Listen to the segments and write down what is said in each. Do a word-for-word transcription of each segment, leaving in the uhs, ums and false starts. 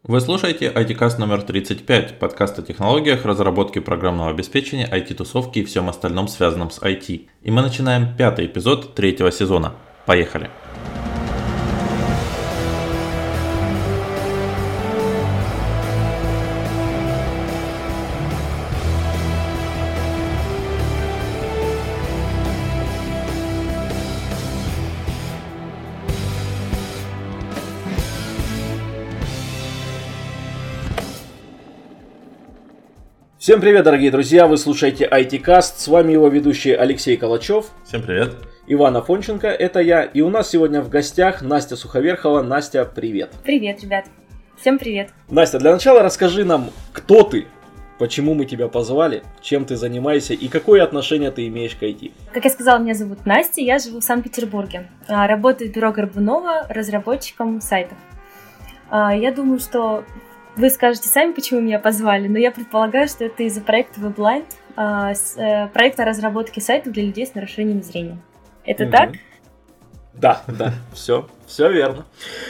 Вы слушаете ай ти-каст номер тридцать пять, подкаст о технологиях, разработке программного обеспечения, ай ти-тусовке и всем остальном, связанном с ай ти. И мы начинаем пятый эпизод третьего сезона. Поехали! Всем привет, дорогие друзья, вы слушаете ай ти-каст, с вами его ведущий Алексей Калачев. Всем привет. Иван Афонченко, это я, и у нас сегодня в гостях Настя Суховерхова. Настя, привет. Привет, ребят. Всем привет. Настя, для начала расскажи нам, кто ты, почему мы тебя позвали, чем ты занимаешься и какое отношение ты имеешь к ай ти. Как я сказала, меня зовут Настя, я живу в Санкт-Петербурге. Работаю в бюро Горбунова разработчиком сайтов. Я думаю, что вы скажете сами, почему меня позвали, но я предполагаю, что это из-за проекта WebLind, проекта разработки сайтов для людей с нарушением зрения. Это mm-hmm. так? Да, да, все, все верно.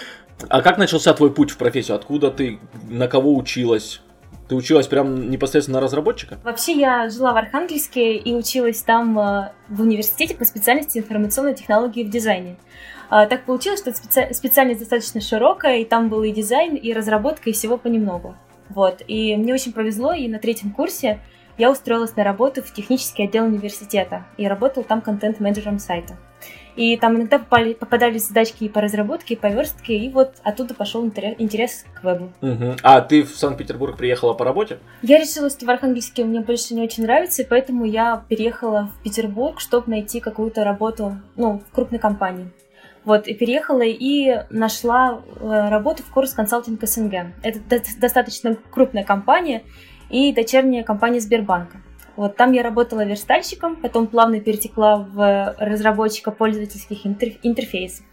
А как начался твой путь в профессию? Откуда ты, на кого училась? Ты училась прям непосредственно на разработчика? Вообще я жила в Архангельске и училась там в университете по специальности информационной технологии в дизайне. Так получилось, что специ... специальность достаточно широкая, и там был и дизайн, и разработка, и всего понемногу. Вот. И мне очень повезло, и на третьем курсе я устроилась на работу в технический отдел университета, и работала там контент-менеджером сайта. И там иногда попали, попадались задачки и по разработке, и по верстке, и вот оттуда пошел интерес к вебу. Угу. А ты в Санкт-Петербург приехала по работе? Я решила, что в Архангельске мне больше не очень нравится, и поэтому я переехала в Петербург, чтобы найти какую-то работу, ну, в крупной компании. Вот, и переехала и нашла э, работу в Курс Консалтинг СНГ. Это до- достаточно крупная компания и дочерняя компания Сбербанка. Вот, там я работала верстальщиком, потом плавно перетекла в разработчика пользовательских интер- интерфейсов.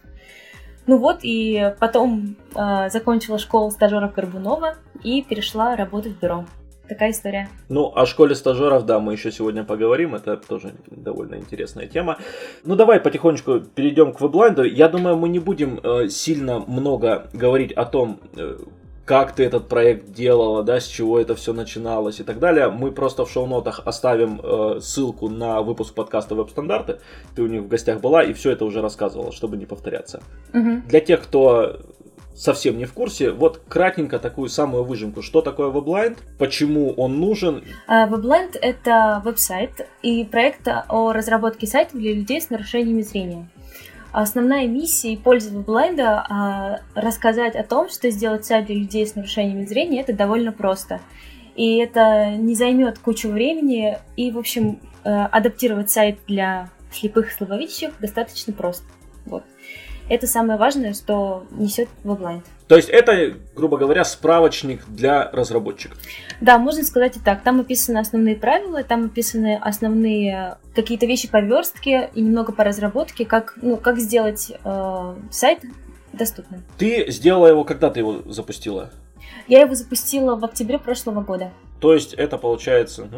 Ну вот, и потом э, закончила школу стажеров Горбунова и перешла работать в бюро. Такая история. Ну, о школе стажеров, да, мы еще сегодня поговорим, это тоже довольно интересная тема. Ну, давай потихонечку перейдем к WebLind. Я думаю, мы не будем э, сильно много говорить о том, э, как ты этот проект делала, да, с чего это все начиналось и так далее. Мы просто в шоу-нотах оставим э, ссылку на выпуск подкаста «Веб-стандарты». Ты у них в гостях была и все это уже рассказывала, чтобы не повторяться. Угу. Для тех, кто совсем не в курсе, вот кратенько такую самую выжимку. Что такое WebLind? Почему он нужен? WebLind — это веб-сайт и проект о разработке сайтов для людей с нарушениями зрения. Основная миссия и польза WebLind — рассказать о том, что сделать сайт для людей с нарушениями зрения — это довольно просто. И это не займет кучу времени, и, в общем, адаптировать сайт для слепых и слабовидящих достаточно просто. Вот. Это самое важное, что несет WebLind. То есть это, грубо говоря, справочник для разработчиков? Да, можно сказать и так. Там описаны основные правила, там описаны основные какие-то вещи по верстке и немного по разработке, как, ну, как сделать э, сайт доступным. Ты сделала его, когда ты его запустила? Я его запустила в октябре прошлого года. То есть это получается,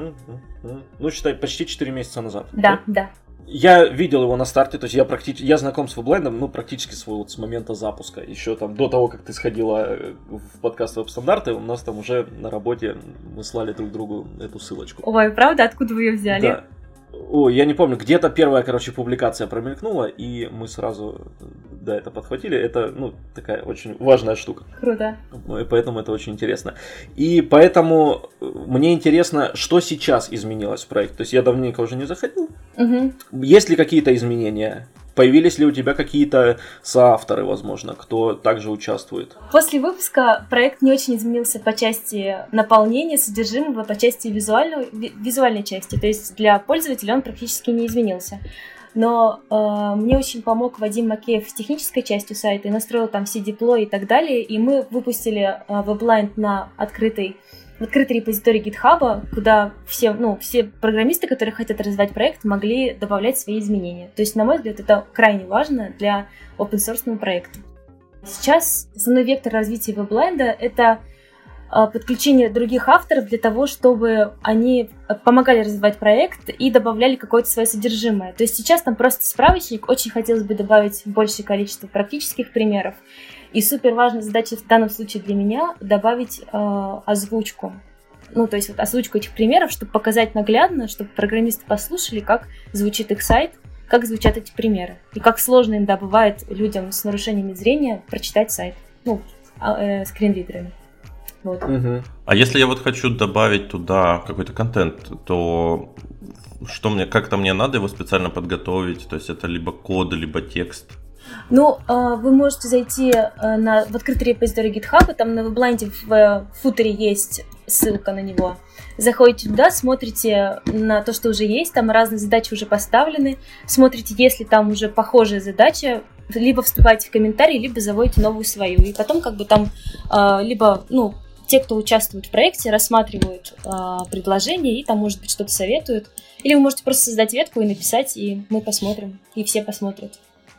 ну, считай, почти четыре месяца назад. Да, да. да. Я видел его на старте, то есть я практически, я знаком с WebLind, ну, практически с, вот, с момента запуска. Еще там до того, как ты сходила в подкаст «Веб-стандарты», у нас там уже на работе мы слали друг другу эту ссылочку. Ой, правда? Откуда вы ее взяли? Да. Ой, я не помню, где-то первая, короче, публикация промелькнула, и мы сразу, да, это подхватили. Это, ну, такая очень важная штука. Круто. И поэтому это очень интересно. И поэтому мне интересно, что сейчас изменилось в проекте. То есть я давненько уже не заходил. Угу. Есть ли какие-то изменения? Появились ли у тебя какие-то соавторы, возможно, кто также участвует? После выпуска проект не очень изменился по части наполнения, содержимого, по части визуальной, визуальной части. То есть для пользователя он практически не изменился. Но э, мне очень помог Вадим Макеев с технической частью сайта и настроил там все деплои и так далее. И мы выпустили э, WebLind на открытой в открытый репозиторий GitHub, куда все, ну, все программисты, которые хотят развивать проект, могли добавлять свои изменения. То есть, на мой взгляд, это крайне важно для open-source проекта. Сейчас основной вектор развития WebLind — это подключение других авторов для того, чтобы они помогали развивать проект и добавляли какое-то свое содержимое. То есть сейчас там просто справочник, очень хотелось бы добавить большее количество практических примеров. И супер важная задача в данном случае для меня добавить э, озвучку. Ну, то есть вот озвучку этих примеров, чтобы показать наглядно, чтобы программисты послушали, как звучит их сайт, как звучат эти примеры. И как сложно иногда бывает людям с нарушениями зрения прочитать сайт. Ну, э, скринридерами. Вот. Угу. А если я вот хочу добавить туда какой-то контент, то что мне, как-то мне надо его специально подготовить? То есть это либо код, либо текст? Ну, вы можете зайти на, в открытый репозиторий GitHub, там на WebLand в футере есть ссылка на него. Заходите туда, смотрите на то, что уже есть, там разные задачи уже поставлены, смотрите, если там уже похожая задача, либо вступаете в комментарии, либо заводите новую свою. И потом как бы там либо, ну, те, кто участвует в проекте, рассматривают предложения и там, может быть, что-то советуют. Или вы можете просто создать ветку и написать, и мы посмотрим, и все посмотрят.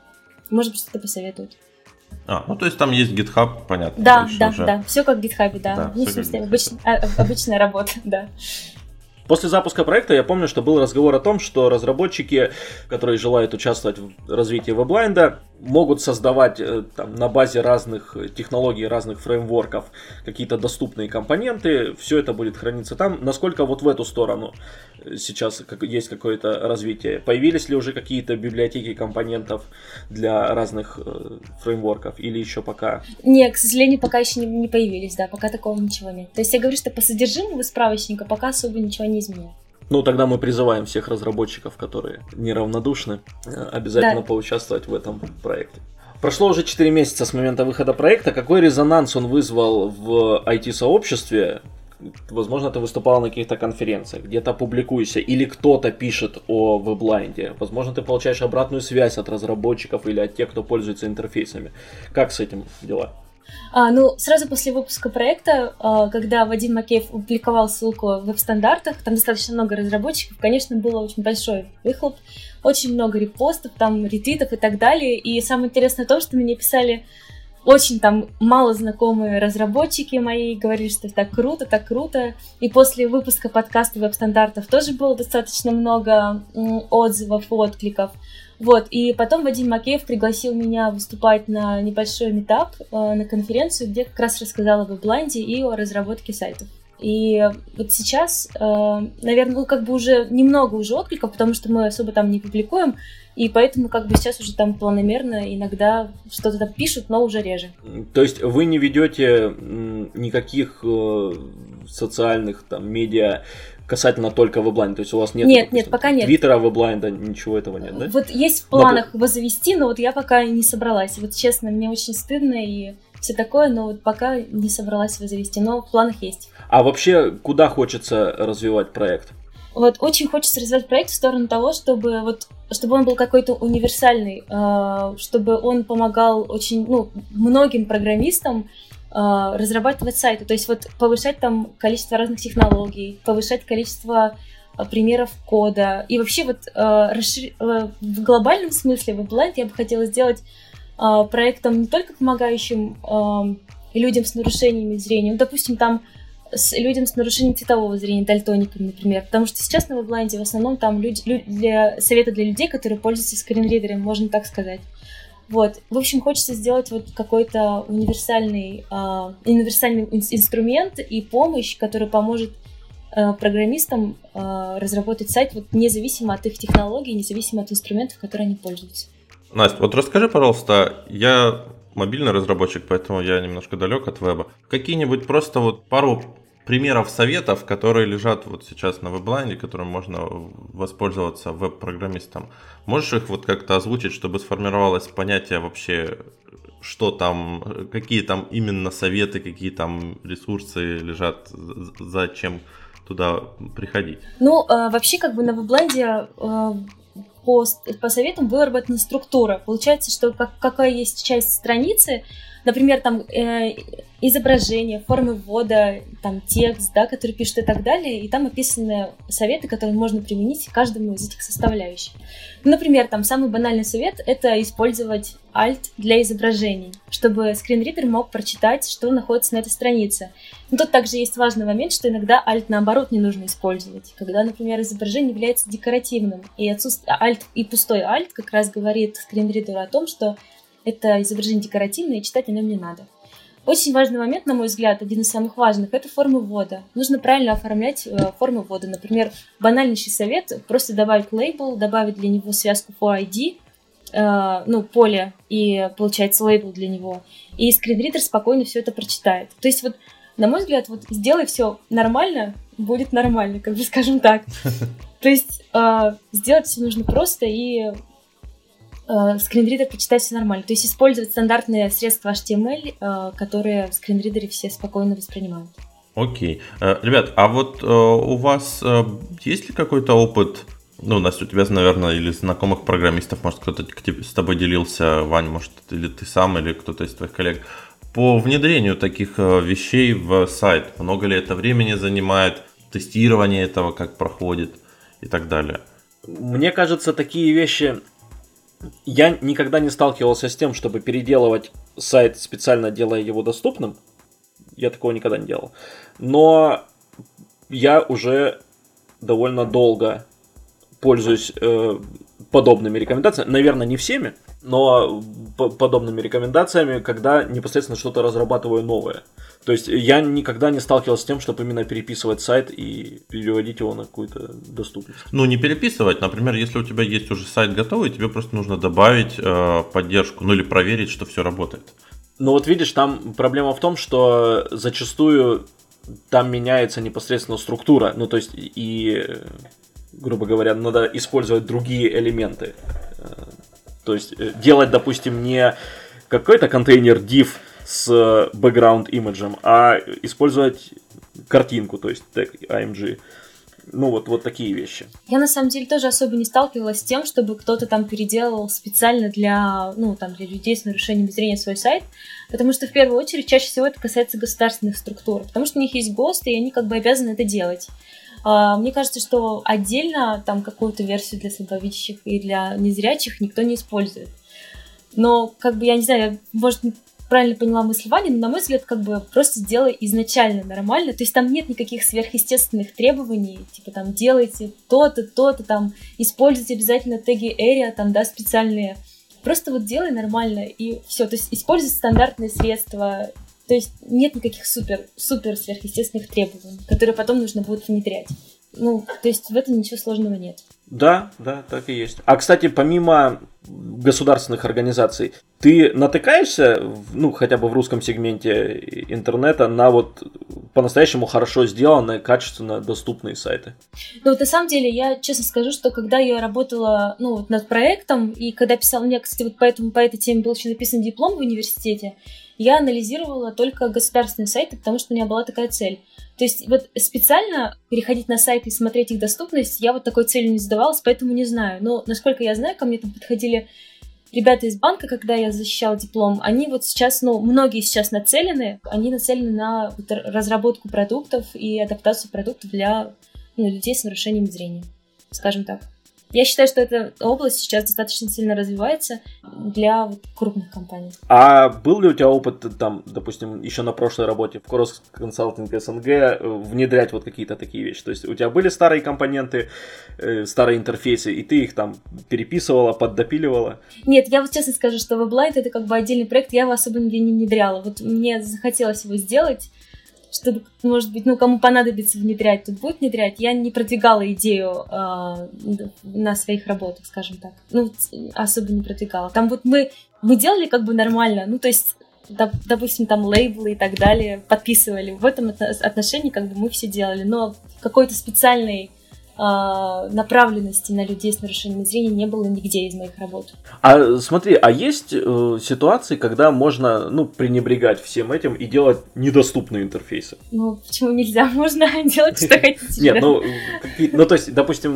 Может быть, что-то посоветуют. А, ну то есть там есть GitHub, понятно. Да, да, уже... да. Все как в GitHub, да. да ну, в смысле, обыч... обычная работа, да. После запуска проекта я помню, что был разговор о том, что разработчики, которые желают участвовать в развитии WebLand, могут создавать там, на базе разных технологий, разных фреймворков какие-то доступные компоненты. Все это будет храниться там. Насколько вот в эту сторону сейчас есть какое-то развитие? Появились ли уже какие-то библиотеки компонентов для разных фреймворков или еще пока? Нет, к сожалению, пока еще не появились, да, пока такого ничего нет. То есть я говорю, что по содержимому справочника пока особо ничего не изменилось. Ну, тогда мы призываем всех разработчиков, которые неравнодушны, обязательно да. поучаствовать в этом проекте. Прошло уже четыре месяца с момента выхода проекта. Какой резонанс он вызвал в ай ти-сообществе? Возможно, ты выступала на каких-то конференциях, где-то публикуешься, или кто-то пишет о WebLand. Возможно, ты получаешь обратную связь от разработчиков или от тех, кто пользуется интерфейсами. Как с этим дела? А, ну, сразу после выпуска проекта, а, когда Вадим Макеев опубликовал ссылку в веб-стандартах, там достаточно много разработчиков, конечно, было очень большой выхлоп, очень много репостов, там, ретвитов и так далее. И самое интересное то, что мне писали очень там мало знакомые разработчики мои, говорили, что так круто, так круто. И после выпуска подкаста веб-стандартов тоже было достаточно много м, отзывов, откликов. Вот, и потом Вадим Макеев пригласил меня выступать на небольшой митап, э, на конференцию, где как раз рассказала об WebLand и о разработке сайтов. И вот сейчас, э, наверное, ну, как бы уже немного уже откликов, потому что мы особо там не публикуем, и поэтому как бы сейчас уже там планомерно иногда что-то там пишут, но уже реже. То есть вы не ведете никаких э, социальных там медиа касательно только WebLand, то есть у вас нет, нет, допустим, нет, пока нет. Твиттера, WebLand, ничего этого нет, да? Вот есть в планах но... его завести, но вот я пока не собралась. Вот честно, мне очень стыдно и все такое, но вот пока не собралась его завести, но в планах есть. А вообще, куда хочется развивать проект? Вот очень хочется развивать проект в сторону того, чтобы вот чтобы он был какой-то универсальный, э, чтобы он помогал очень, ну, многим программистам разрабатывать сайты, то есть вот повышать там количество разных технологий, повышать количество а, примеров кода. И вообще вот а, расшир... а, в глобальном смысле WebLand я бы хотела сделать а, проектом не только помогающим а, людям с нарушениями зрения, ну, допустим, там с людям с нарушением цветового зрения, дальтониками, например, потому что сейчас на WebLand в основном там люди, люди для, советы для людей, которые пользуются скринридерами, можно так сказать. Вот. В общем, хочется сделать вот какой-то универсальный, э, универсальный инструмент и помощь, который поможет э, программистам э, разработать сайт вот, независимо от их технологий, независимо от инструментов, которые они пользуются. Настя, вот расскажи, пожалуйста, я мобильный разработчик, поэтому я немножко далек от веба. Какие-нибудь просто вот пару примеров советов, которые лежат вот сейчас на WebLand, которым можно воспользоваться веб-программистам. Можешь их вот как-то озвучить, чтобы сформировалось понятие вообще, что там, какие там именно советы, какие там ресурсы лежат, зачем туда приходить? Ну, вообще как бы на WebLand по, по советам выработана структура. Получается, что как, какая есть часть страницы, например, там э, изображение, формы ввода, там текст, да, который пишет и так далее, и там описаны советы, которые можно применить к каждому из этих составляющих. Например, там самый банальный совет — это использовать Alt для изображений, чтобы скринридер мог прочитать, что находится на этой странице. Но тут также есть важный момент, что иногда Alt наоборот не нужно использовать, когда, например, изображение является декоративным, и отсутствие Alt и пустой Alt как раз говорит скринридеру о том, что это изображение декоративное, и читать о нем не надо. Очень важный момент, на мой взгляд, один из самых важных, это формы ввода. Нужно правильно оформлять э, формы ввода. Например, банальнейший совет – просто добавить лейбл, добавить для него связку for ай ди, э, ну, поле, и получается лейбл для него. И скринридер спокойно все это прочитает. То есть вот, на мой взгляд, вот сделай все нормально, будет нормально, как бы скажем так. То есть э, сделать все нужно просто, и э, скринридер прочитать все нормально. То есть использовать стандартные средства эйч ти эм эль, э, которые в скринридере все спокойно воспринимают. Окей. Э, ребят, а вот э, у вас э, есть ли какой-то опыт, ну, Настя, у тебя, наверное, или знакомых программистов, может, кто-то с тобой делился, Вань, может, или ты сам, или кто-то из твоих коллег, по внедрению таких э, вещей в сайт? Много ли это времени занимает, тестирование этого как проходит и так далее? Мне кажется, такие вещи... Я никогда не сталкивался с тем, чтобы переделывать сайт, специально делая его доступным. Я такого никогда не делал. Но я уже довольно долго пользуюсь э, подобными рекомендациями. Наверное, не всеми, но по- подобными рекомендациями, когда непосредственно что-то разрабатываю новое. То есть я никогда не сталкивался с тем, чтобы именно переписывать сайт и переводить его на какую-то доступность. Ну, не переписывать. Например, если у тебя есть уже сайт готовый, тебе просто нужно добавить э, поддержку, ну или проверить, что все работает. Ну вот видишь, там проблема в том, что зачастую там меняется непосредственно структура. Ну то есть и, грубо говоря, надо использовать другие элементы. То есть делать, допустим, не какой-то контейнер div с background имиджем, а использовать картинку, то есть тег эй эм джи. Ну вот, вот такие вещи. Я на самом деле тоже особо не сталкивалась с тем, чтобы кто-то там переделывал специально для, ну, там, для людей с нарушением зрения свой сайт, потому что в первую очередь чаще всего это касается государственных структур, потому что у них есть ГОСТы, и они как бы обязаны это делать. Мне кажется, что отдельно там какую-то версию для слабовидящих и для незрячих никто не использует. Но, как бы, я не знаю, я, может, правильно поняла мысль Вани, но, на мой взгляд, как бы просто сделай изначально нормально. То есть там нет никаких сверхъестественных требований, типа там делайте то-то, то-то, там используйте обязательно теги area, там, да, специальные. Просто вот делай нормально и все. То есть используй стандартные средства. То есть нет никаких супер, супер сверхъестественных требований, которые потом нужно будет внедрять. Ну, то есть в этом ничего сложного нет. Да, да, так и есть. А, кстати, помимо государственных организаций, ты натыкаешься, ну, хотя бы в русском сегменте интернета, на вот по-настоящему хорошо сделанные, качественно доступные сайты? Ну, вот на самом деле, я честно скажу, что когда я работала, ну, вот над проектом, и когда писала, у меня, кстати, вот поэтому, по этой теме был еще написан диплом в университете, я анализировала только государственные сайты, потому что у меня была такая цель. То есть вот специально переходить на сайты и смотреть их доступность, я вот такой целью не задавалась, поэтому не знаю. Но, насколько я знаю, ко мне там подходили ребята из банка, когда я защищала диплом, они вот сейчас, ну, многие сейчас нацелены, они нацелены на вот разработку продуктов и адаптацию продуктов для, ну, людей с нарушением зрения, скажем так. Я считаю, что эта область сейчас достаточно сильно развивается для вот крупных компаний. А был ли у тебя опыт, там, допустим, еще на прошлой работе в Cross Consulting эс эн гэ внедрять вот какие-то такие вещи? То есть у тебя были старые компоненты, э, старые интерфейсы, и ты их там переписывала, поддопиливала? Нет, я вот честно скажу, что WebLight это как бы отдельный проект, я его особо нигде не внедряла. Вот мне захотелось его сделать, чтобы, может быть, ну, кому понадобится внедрять, тут будет внедрять. Я не продвигала идею э, на своих работах, скажем так. Ну, особо не продвигала. Там вот мы, мы делали как бы нормально, ну, то есть, доп, допустим, там лейблы и так далее подписывали. В этом отношении как бы мы все делали, но какой-то специальной направленности на людей с нарушением зрения не было нигде из моих работ. А смотри, а есть э, ситуации, когда можно, ну, пренебрегать всем этим и делать недоступные интерфейсы? Ну, почему нельзя? Можно делать, что хотите. Нет, ну, ну, то есть, допустим,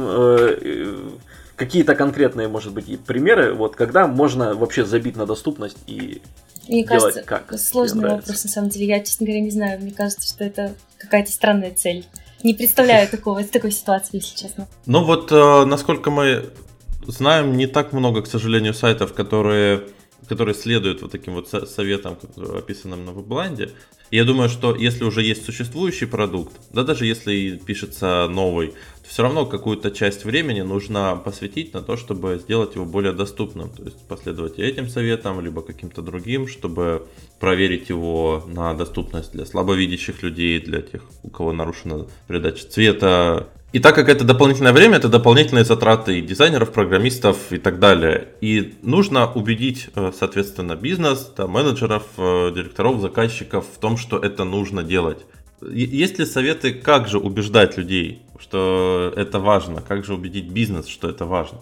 какие-то конкретные, может быть, примеры, вот, когда можно вообще забить на доступность и Мне делать кажется, как? Сложный вопрос, на самом деле. Я, честно говоря, не знаю. Мне кажется, что это какая-то странная цель. Не представляю такого, такой ситуации, если честно. Ну вот, э, насколько мы знаем, не так много, к сожалению, сайтов, которые, которые следуют вот таким вот советам, описанным на WebLind. И я думаю, что если уже есть существующий продукт, да даже если и пишется новый, то все равно какую-то часть времени нужно посвятить на то, чтобы сделать его более доступным. То есть последовать этим советам, либо каким-то другим, чтобы проверить его на доступность для слабовидящих людей, для тех, у кого нарушена передача цвета. И так как это дополнительное время, это дополнительные затраты дизайнеров, программистов и так далее. И нужно убедить, соответственно, бизнес, да, менеджеров, директоров, заказчиков в том, что это нужно делать. Есть ли советы, как же убеждать людей, что это важно? Как же убедить бизнес, что это важно?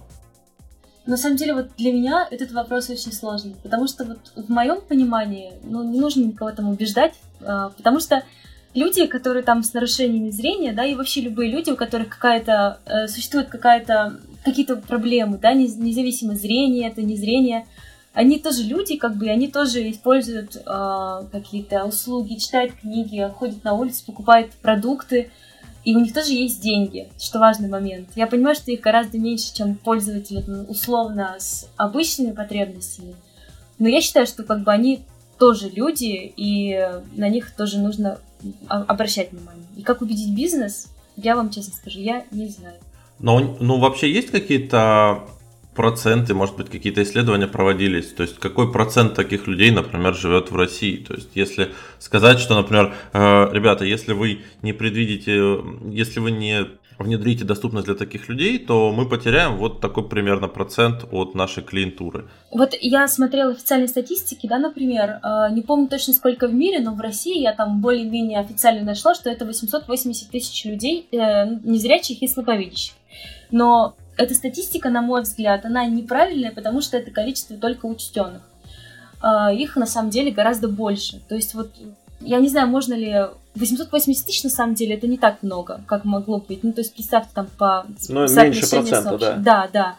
На самом деле, вот для меня этот вопрос очень сложный, потому что вот в моем понимании, ну, не нужно никого там убеждать, потому что люди, которые там с нарушениями зрения, да, и вообще любые люди, у которых какая-то, э, существует какая-то, какие-то проблемы, да, независимо зрение, это не зрение, они тоже люди, как бы, они тоже используют э, какие-то услуги, читают книги, ходят на улицу, покупают продукты, и у них тоже есть деньги, что важный момент. Я понимаю, что их гораздо меньше, чем пользователи, условно, с обычными потребностями, но я считаю, что, как бы, они тоже люди, и на них тоже нужно обращать внимание. И как убедить бизнес, я вам честно скажу, я не знаю. Но ну, вообще есть какие-то проценты, может быть, какие-то исследования проводились? То есть какой процент таких людей, например, живет в России? То есть если сказать, что, например, э, ребята, если вы не предвидите, если вы не внедрите доступность для таких людей, то мы потеряем вот такой примерно процент от нашей клиентуры. Вот я смотрела официальные статистики, да, например, не помню точно сколько в мире, но в России я там более-менее официально нашла, что это восемьсот восемьдесят тысяч людей, незрячих и слабовидящих. Но эта статистика, на мой взгляд, она неправильная, потому что это количество только учтенных. Их на самом деле гораздо больше. То есть вот я не знаю, можно ли... восемьсот восемьдесят тысяч, на самом деле, это не так много, как могло быть. Ну, то есть, представьте, там, по ну, меньше процента, да. Да, да.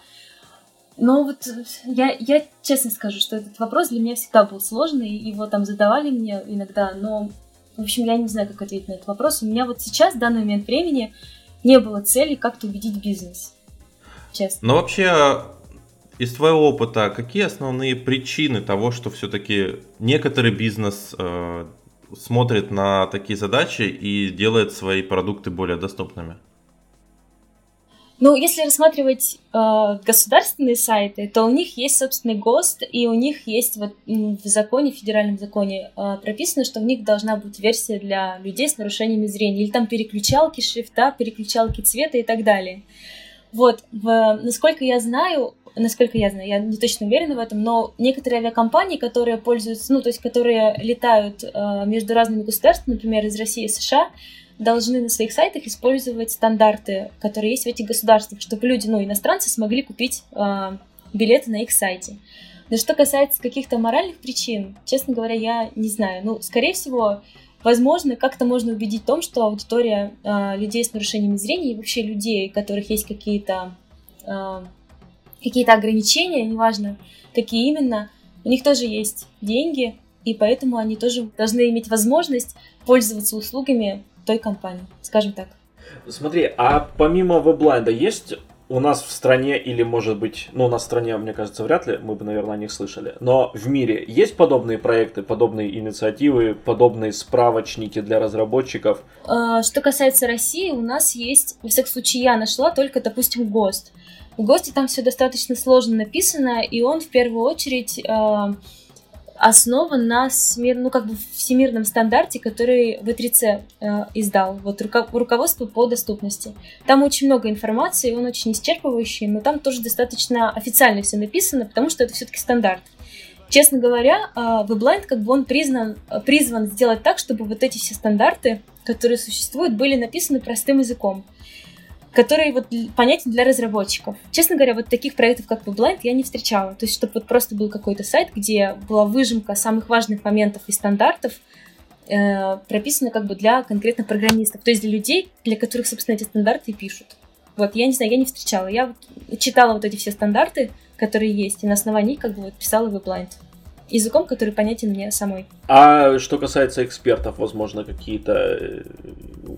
Но вот я, я честно скажу, что этот вопрос для меня всегда был сложный, его там задавали мне иногда, но, в общем, я не знаю, как ответить на этот вопрос. У меня вот сейчас, в данный момент времени, не было цели как-то убедить бизнес. Честно. Но вообще... Из твоего опыта, какие основные причины того, что все-таки некоторый бизнес э, смотрит на такие задачи и делает свои продукты более доступными? Ну, если рассматривать э, государственные сайты, то у них есть собственный ГОСТ, и у них есть вот в законе, в федеральном законе э, прописано, что у них должна быть версия для людей с нарушениями зрения, или там переключалки шрифта, переключалки цвета и так далее. Вот, в, насколько я знаю, насколько я знаю, я не точно уверена в этом, но некоторые авиакомпании, которые пользуются, ну, то есть, которые летают э, между разными государствами, например, из России и США, должны на своих сайтах использовать стандарты, которые есть в этих государствах, чтобы люди, ну, иностранцы, смогли купить э, билеты на их сайте. Но что касается каких-то моральных причин, честно говоря, я не знаю. Ну, скорее всего, возможно, как-то можно убедить в том, что аудитория э, людей с нарушениями зрения и вообще людей, у которых есть какие-то э, какие-то ограничения, неважно, какие именно, у них тоже есть деньги, и поэтому они тоже должны иметь возможность пользоваться услугами той компании, скажем так. Смотри, а помимо WebBlind есть у нас в стране, или может быть, ну у нас в стране, мне кажется, вряд ли, мы бы, наверное, о них слышали, но в мире есть подобные проекты, подобные инициативы, подобные справочники для разработчиков? Что касается России, у нас есть, во всяком случае, я нашла только, допустим, ГОСТ. В ГОСТе там все достаточно сложно написано, и он в первую очередь э, основан на смир... ну, как бы всемирном стандарте, который вэ три цэ э, издал, вот руко... руководство по доступности. Там очень много информации, он очень исчерпывающий, но там тоже достаточно официально все написано, потому что это все-таки стандарт. Честно говоря, э, WebBlind как бы он признан, призван сделать так, чтобы вот эти все стандарты, которые существуют, были написаны простым языком, который вот понятен для разработчиков. Честно говоря, вот таких проектов, как WebBlind, я не встречала. То есть, чтобы вот просто был какой-то сайт, где была выжимка самых важных моментов и стандартов, э, прописано как бы для конкретно программистов. То есть для людей, для которых, собственно, эти стандарты и пишут. Вот, я не знаю, я не встречала. Я вот читала вот эти все стандарты, которые есть, и на основании как бы вот писала WebBlind. Языком, который понятен мне самой. А что касается экспертов, возможно, какие-то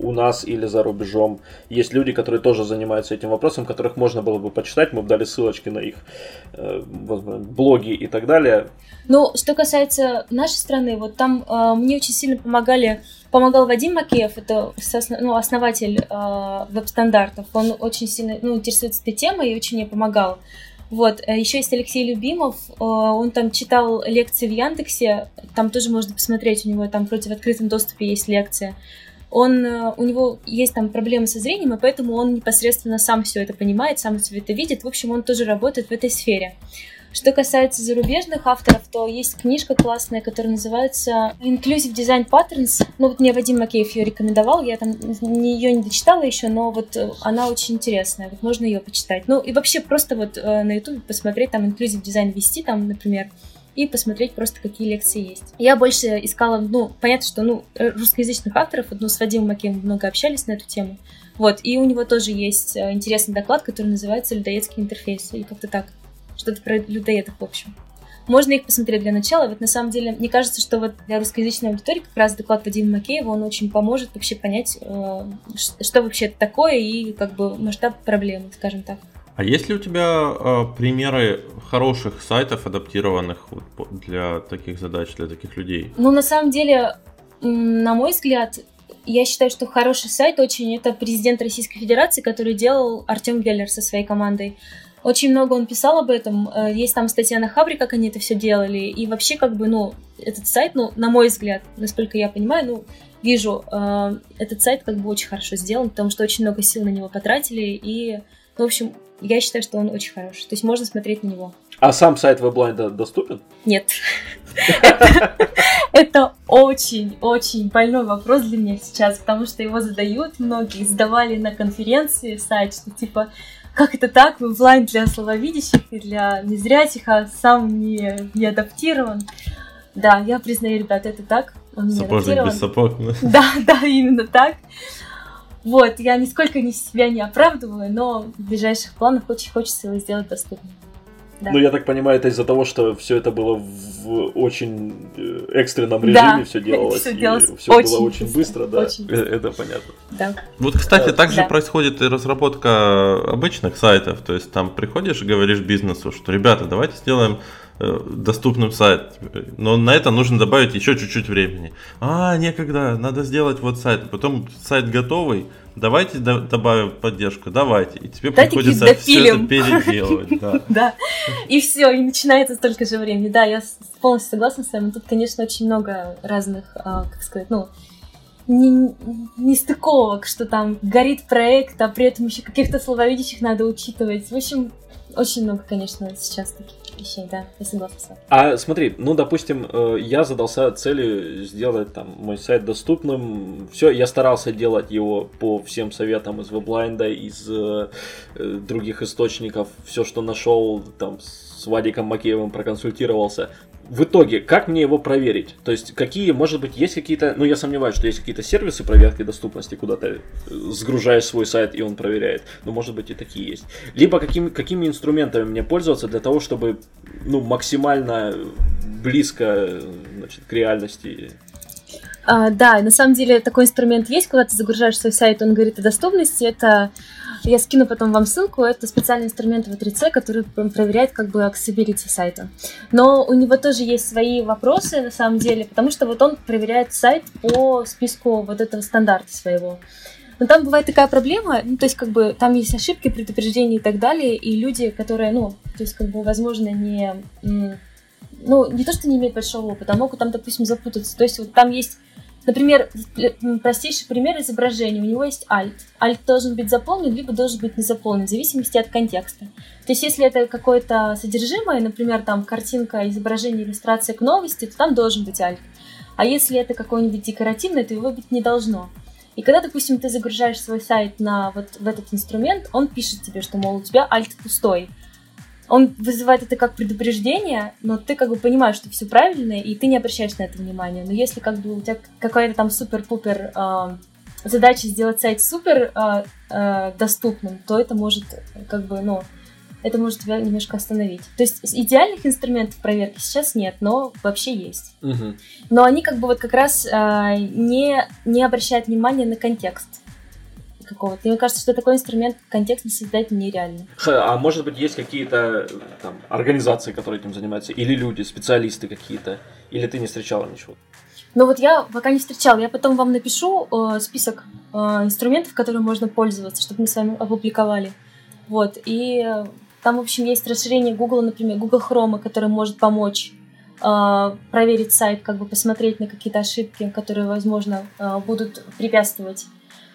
у нас или за рубежом есть люди, которые тоже занимаются этим вопросом, которых можно было бы почитать, мы бы дали ссылочки на их э, блоги и так далее. Ну, что касается нашей страны, вот там э, мне очень сильно помогали, помогал Вадим Макеев, это сосно, ну, основатель э, веб-стандартов, он очень сильно ну, интересуется этой темой и очень мне помогал. Вот, еще есть Алексей Любимов, он там читал лекции в Яндексе, там тоже можно посмотреть, у него там против открытом доступе есть лекция. Он, у него есть там проблемы со зрением, и поэтому он непосредственно сам все это понимает, сам все это видит. В общем, он тоже работает в этой сфере. Что касается зарубежных авторов, то есть книжка классная, которая называется Inclusive Design Patterns. Ну вот мне Вадим Макеев ее рекомендовал, я там ее не дочитала еще, но вот она очень интересная, вот можно ее почитать. Ну и вообще просто вот на YouTube посмотреть, там Inclusive Design ввести, там, например, и посмотреть просто, какие лекции есть. Я больше искала, ну, понятно, что, ну, русскоязычных авторов, вот, ну, с Вадимом Макеевым много общались на эту тему, вот, и у него тоже есть интересный доклад, который называется «Людоедские интерфейсы», и как-то так. Что-то про людоедов, в общем. Можно их посмотреть для начала. Вот на самом деле, мне кажется, что вот для русскоязычной аудитории как раз доклад Вадима Макеева, он очень поможет вообще понять, что вообще это такое и как бы масштаб проблемы, скажем так. А есть ли у тебя э, примеры хороших сайтов, адаптированных вот для таких задач, для таких людей? Ну, на самом деле, на мой взгляд, я считаю, что хороший сайт очень это президент Российской Федерации, который делал Артем Геллер со своей командой. Очень много он писал об этом, есть там статья на Хабре, как они это все делали, и вообще, как бы, ну, этот сайт, ну, на мой взгляд, насколько я понимаю, ну, вижу, э, этот сайт как бы очень хорошо сделан, потому что очень много сил на него потратили, и, ну, в общем, я считаю, что он очень хороший, то есть можно смотреть на него. А сам сайт WebLind доступен? Нет. Это очень-очень больной вопрос для меня сейчас, потому что его задают многие, задавали на конференции сайт, что типа... Как это так? WebLind для слабовидящих и для незрячих, а сам не, не адаптирован. Да, я признаю, ребят, это так. Он не Сапожник без сапог. Да, да, именно так. Вот, я нисколько не себя не оправдываю, но в ближайших планах очень хочется его сделать доступным. Да. Ну, я так понимаю, это из-за того, что все это было в очень экстренном режиме, да, все делалось, все, делалось все очень было очень быстро, быстро да, очень быстро. Это понятно. Да. Вот, кстати, так же да. происходит и разработка обычных сайтов, то есть там приходишь и говоришь бизнесу, что, ребята, давайте сделаем доступным сайт, но на это нужно добавить еще чуть-чуть времени. А, некогда, надо сделать вот сайт, потом сайт готовый, давайте до- добавим поддержку, давайте, и тебе Дайте приходится все это переделывать. Да. Да, и все, и начинается столько же времени. Да, я полностью согласна с вами, тут, конечно, очень много разных, как сказать, ну, нестыковок, что там горит проект, а при этом еще каких-то слабовидящих надо учитывать. В общем, очень много, конечно, сейчас таких вещей, да, я согласна с вами. А смотри, ну, допустим, я задался целью сделать там мой сайт доступным. Все, я старался делать его по всем советам из WebLind, из э, других источников. Все, что нашел, там, с Вадиком Макеевым проконсультировался. В итоге, как мне его проверить? То есть, какие, может быть, есть какие-то... Ну, я сомневаюсь, что есть какие-то сервисы проверки доступности, куда ты сгружаешь свой сайт, и он проверяет. Но, может быть, и такие есть. Либо какими, какими инструментами мне пользоваться для того, чтобы, ну, максимально близко, значит, к реальности... А, да, на самом деле такой инструмент есть, когда ты загружаешь свой сайт, он говорит о доступности. Это, я скину потом вам ссылку, это специальный инструмент ви три си, который проверяет как бы accessibility сайта. Но у него тоже есть свои вопросы на самом деле, потому что вот он проверяет сайт по списку вот этого стандарта своего. Но там бывает такая проблема, ну, то есть как бы там есть ошибки, предупреждения и так далее, и люди, которые, ну, то есть как бы возможно не... Ну, не то, что не имеют большого опыта, а могут там, допустим, запутаться. То есть вот там есть, например, простейший пример изображения. У него есть Alt. Alt должен быть заполнен, либо должен быть не заполнен, в зависимости от контекста. То есть если это какое-то содержимое, например, там картинка, изображение, иллюстрация к новости, то там должен быть Alt. А если это какой-нибудь декоративный, то его быть не должно. И когда, допустим, ты загружаешь свой сайт на вот в этот инструмент, он пишет тебе, что, мол, у тебя Alt пустой. Он вызывает это как предупреждение, но ты как бы понимаешь, что все правильно, и ты не обращаешь на это внимания. Но если как бы у тебя какая-то там супер-пупер э, задача сделать сайт супер э, э, доступным, то это может как бы, ну, это может тебя немножко остановить. То есть идеальных инструментов проверки сейчас нет, но вообще есть. Угу. Но они как бы вот как раз а, не, не обращают внимания на контекст какого-то. И мне кажется, что такой инструмент контекстно создать нереально. А может быть, есть какие-то там организации, которые этим занимаются, или люди, специалисты какие-то, или ты не встречала ничего? Ну вот я пока не встречала. Я потом вам напишу э, список э, инструментов, которыми можно пользоваться, чтобы мы с вами опубликовали. Вот. И э, там, в общем, есть расширение Google, например, Google Chrome, который может помочь э, проверить сайт, как бы посмотреть на какие-то ошибки, которые, возможно, э, будут препятствовать.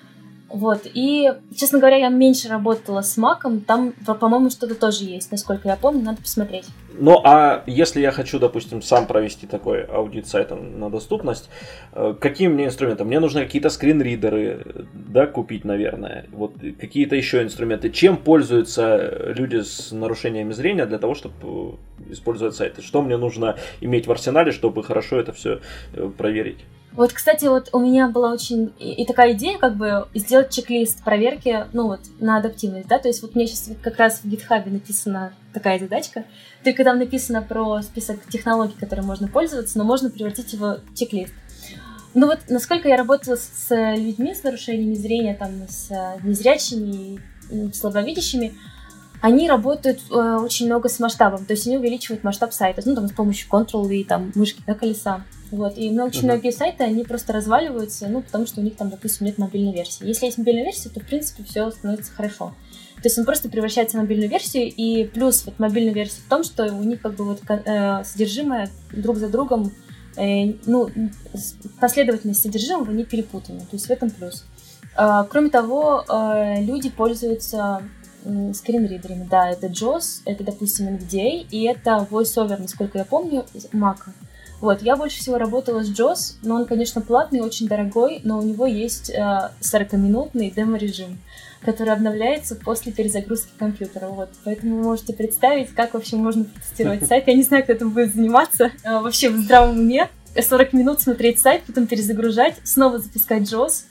Вот. И, честно говоря, я меньше работала с Mac'ом. Там, по-моему, что-то тоже есть, насколько я помню, надо посмотреть. Ну, а если я хочу, допустим, сам провести такой аудит сайта на доступность, какие мне инструменты? Мне нужны какие-то скринридеры, да, купить, наверное. Вот какие-то еще инструменты. Чем пользуются люди с нарушениями зрения для того, чтобы использовать сайты? Что мне нужно иметь в арсенале, чтобы хорошо это все проверить? Вот, кстати, вот у меня была очень и, и такая идея, как бы сделать чек-лист проверки, ну вот, на адаптивность, да, то есть вот у меня сейчас вот как раз в GitHub написана такая задачка, только там написано про список технологий, которые можно пользоваться, но можно превратить его в чек-лист. Ну вот, насколько я работала с людьми с нарушениями зрения, там, с незрячими и слабовидящими, они работают э, очень много с масштабом, то есть они увеличивают масштаб сайта, ну, там, с помощью Ctrl-V, там, мышки, да, колеса. Вот, и ну, очень uh-huh. многие сайты, они просто разваливаются, ну, потому что у них там, допустим, нет мобильной версии. Если есть мобильная версия, то, в принципе, все становится хорошо. То есть он просто превращается в мобильную версию, и плюс вот мобильной версии в том, что у них как бы вот э, содержимое друг за другом, э, ну, последовательность содержимого не перепутана, то есть в этом плюс. Э, кроме того, э, люди пользуются э, скринридерами, да, это джоус, это, допустим, эн ви ди эй, и это VoiceOver, насколько я помню, из Mac'а. Вот, я больше всего работала с джоус, но он, конечно, платный, очень дорогой, но у него есть э, сорокаминутный демо-режим, который обновляется после перезагрузки компьютера. Вот, поэтому вы можете представить, как вообще можно тестировать сайт. Я не знаю, кто этим будет заниматься э, вообще в здравом уме. сорок минут смотреть сайт, потом перезагружать, снова запускать джоус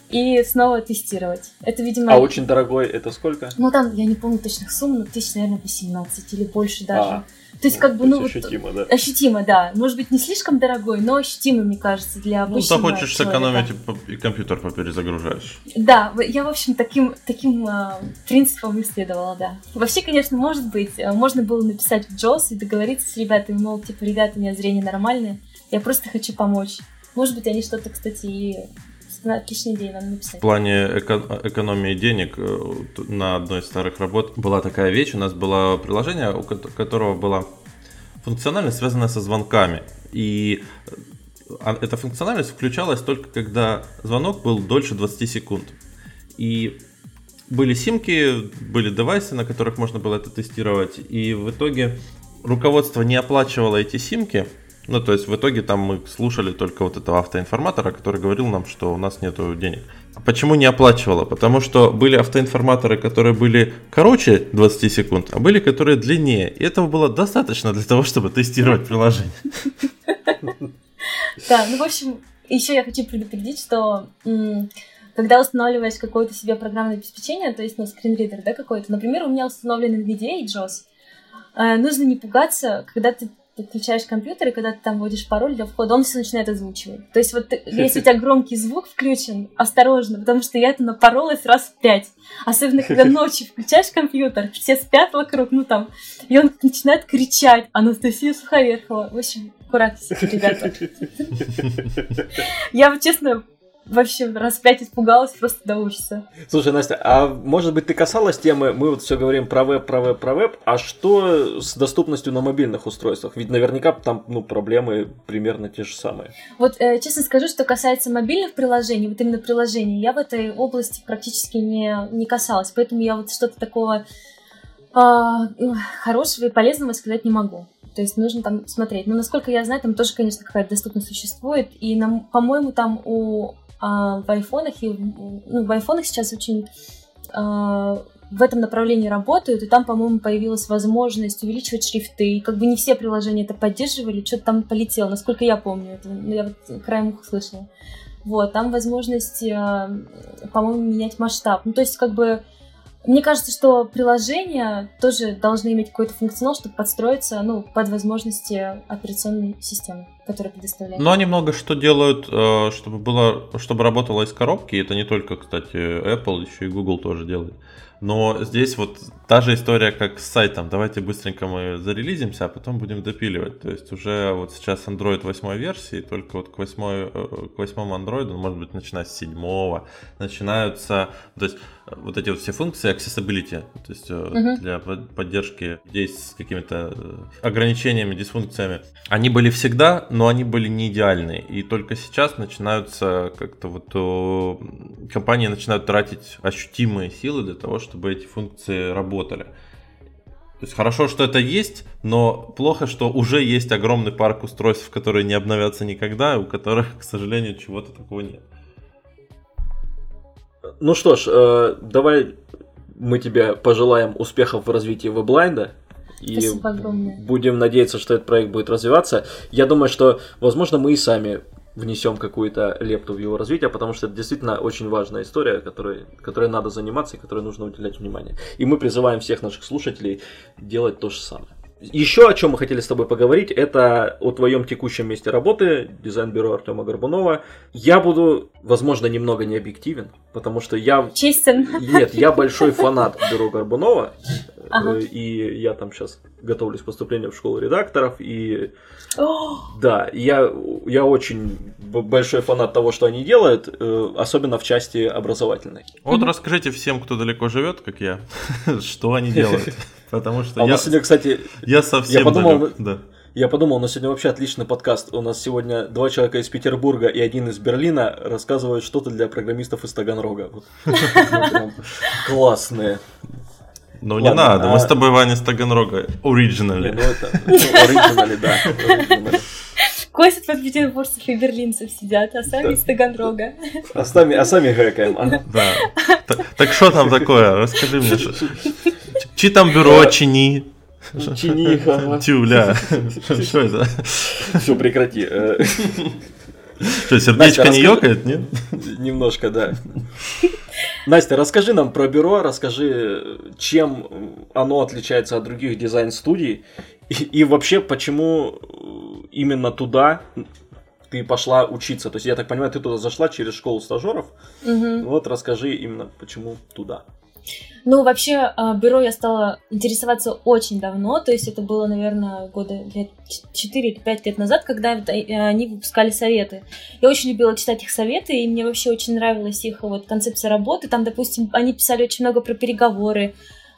и снова тестировать. Это, видимо... А очень дорогой это сколько? Ну, там, я не помню точных сумм, но тысяч, наверное, восемнадцать или больше даже. А. То есть, как бы, ну, вот, ощутимо, да? Ощутимо, да. Может быть, не слишком дорогой, но ощутимо, мне кажется, для обычного Ну, захочешь сэкономить, человека. И компьютер поперезагружаешь. Да, я, в общем, таким, таким э, принципом исследовала, да. Вообще, конечно, может быть, можно было написать в джоус и договориться с ребятами, мол, типа, ребята, у меня зрение нормальное, я просто хочу помочь. Может быть, они что-то, кстати, и... Отличная идея, надо написать. В плане эко- экономии денег на одной из старых работ была такая вещь. У нас было приложение, у которого была функциональность, связанная со звонками. И эта функциональность включалась только когда звонок был дольше двадцать секунд. И были симки, были девайсы, на которых можно было это тестировать. И в итоге руководство не оплачивало эти симки. Ну, то есть в итоге там мы слушали только вот этого автоинформатора, который говорил нам, что у нас нету денег. А почему не оплачивала? Потому что были автоинформаторы, которые были короче двадцать секунд, а были, которые длиннее. И этого было достаточно для того, чтобы тестировать приложение. Да, ну, в общем, еще я хочу предупредить, что когда устанавливаешь какое-то себе программное обеспечение, то есть, ну, скринридер, да, какой-то, например, у меня установлен эн ви ди эй и джоус, нужно не пугаться, когда ты Ты включаешь компьютер, и когда ты там вводишь пароль для входа, он все начинает озвучивать. То есть вот ты, если у тебя громкий звук включен, осторожно, потому что я это напоролась раз в пять. Особенно, когда ночью включаешь компьютер, все спят вокруг, ну там, и он начинает кричать: «Анастасия Суховерхова». В общем, аккуратно, ребята. Я, честно, вообще раз в пять испугалась просто до ужаса. Слушай, Настя, а может быть ты касалась темы, мы вот все говорим про веб, про веб, про веб, а что с доступностью на мобильных устройствах? Ведь наверняка там, ну, проблемы примерно те же самые. Вот, э, честно скажу, что касается мобильных приложений, вот именно приложений, я в этой области практически не, не касалась, поэтому я вот что-то такого э, хорошего и полезного сказать не могу. То есть нужно там смотреть. Но насколько я знаю, там тоже, конечно, какая-то доступность существует, и, нам, по-моему, там у А в айфонах, и, ну, в айфонах сейчас очень а, в этом направлении работают, и там, по-моему, появилась возможность увеличивать шрифты, и как бы не все приложения это поддерживали, что-то там полетело, насколько я помню, это, ну, я вот краем уха слышала. Вот, там возможность, а, по-моему, менять масштаб. Ну, то есть, как бы, Мне кажется, что приложения тоже должны иметь какой-то функционал, чтобы подстроиться, ну, под возможности операционной системы, которая предоставляет. Но они много что делают, чтобы было, чтобы работало из коробки. Это не только, кстати, Apple, еще и Google тоже делает. Но здесь вот та же история, как с сайтом. Давайте быстренько мы зарелизимся, а потом будем допиливать. То есть уже вот сейчас Android восьмой версии, только вот к, восьмой, к восьмому Android, может быть, начиная с седьмого, начинаются, то есть вот эти вот все функции accessibility, то есть uh-huh. для поддержки людей с какими-то ограничениями, дисфункциями, они были всегда, но они были не идеальные. И только сейчас начинаются как-то вот компании начинают тратить ощутимые силы для того, чтобы эти функции работали. То есть хорошо, что это есть, но плохо, что уже есть огромный парк устройств, которые не обновятся никогда, и у которых, к сожалению, чего-то такого нет. Ну что ж, э, давай мы тебе пожелаем успехов в развитии WebBlind. И Спасибо огромное. Будем надеяться, что этот проект будет развиваться. Я думаю, что, возможно, мы и сами внесем какую-то лепту в его развитие, потому что это действительно очень важная история, которой, которой надо заниматься и которой нужно уделять внимание. И мы призываем всех наших слушателей делать то же самое. Еще о чем мы хотели с тобой поговорить, это о твоем текущем месте работы, дизайн-бюро Артема Горбунова. Я буду, возможно, немного необъективен, потому что я... Честен. Нет, я большой фанат бюро Горбунова, ага. и я там сейчас готовлюсь к поступлению в школу редакторов, и... О! Да, я, я очень большой фанат того, что они делают, особенно в части образовательной. Вот mm-hmm. расскажите всем, кто далеко живет, как я, что они делают. Потому что а я, у нас сегодня, кстати, я совсем я подумал, далек, да. Я подумал, у нас сегодня вообще отличный подкаст. У нас сегодня два человека из Петербурга и один из Берлина рассказывают что-то для программистов из Таганрога. Вот. Классные. Ну не надо, мы с тобой, Ваня, из Таганрога. Originally. Ну это, originally, да. Косят под петербуржцев и берлинцев сидят, а сами из Таганрога. А сами, а сами гэкаем. Да. Так что там такое? Расскажи мне. Чи там бюро, чини? Чиниха. Тюля. Что это? Все, прекрати. Что, сердечко не ёкает, нет? Немножко, да. Настя, расскажи нам про бюро, расскажи, чем оно отличается от других дизайн-студий, и, и вообще, почему именно туда ты пошла учиться. То есть, я так понимаю, ты туда зашла через школу стажеров. Угу. Вот расскажи именно, почему туда. Ну, вообще, бюро я стала интересоваться очень давно, то есть это было, наверное, года лет четыре или пять лет назад, когда они выпускали советы. Я очень любила читать их советы, и мне вообще очень нравилась их вот концепция работы. Там, допустим, они писали очень много про переговоры,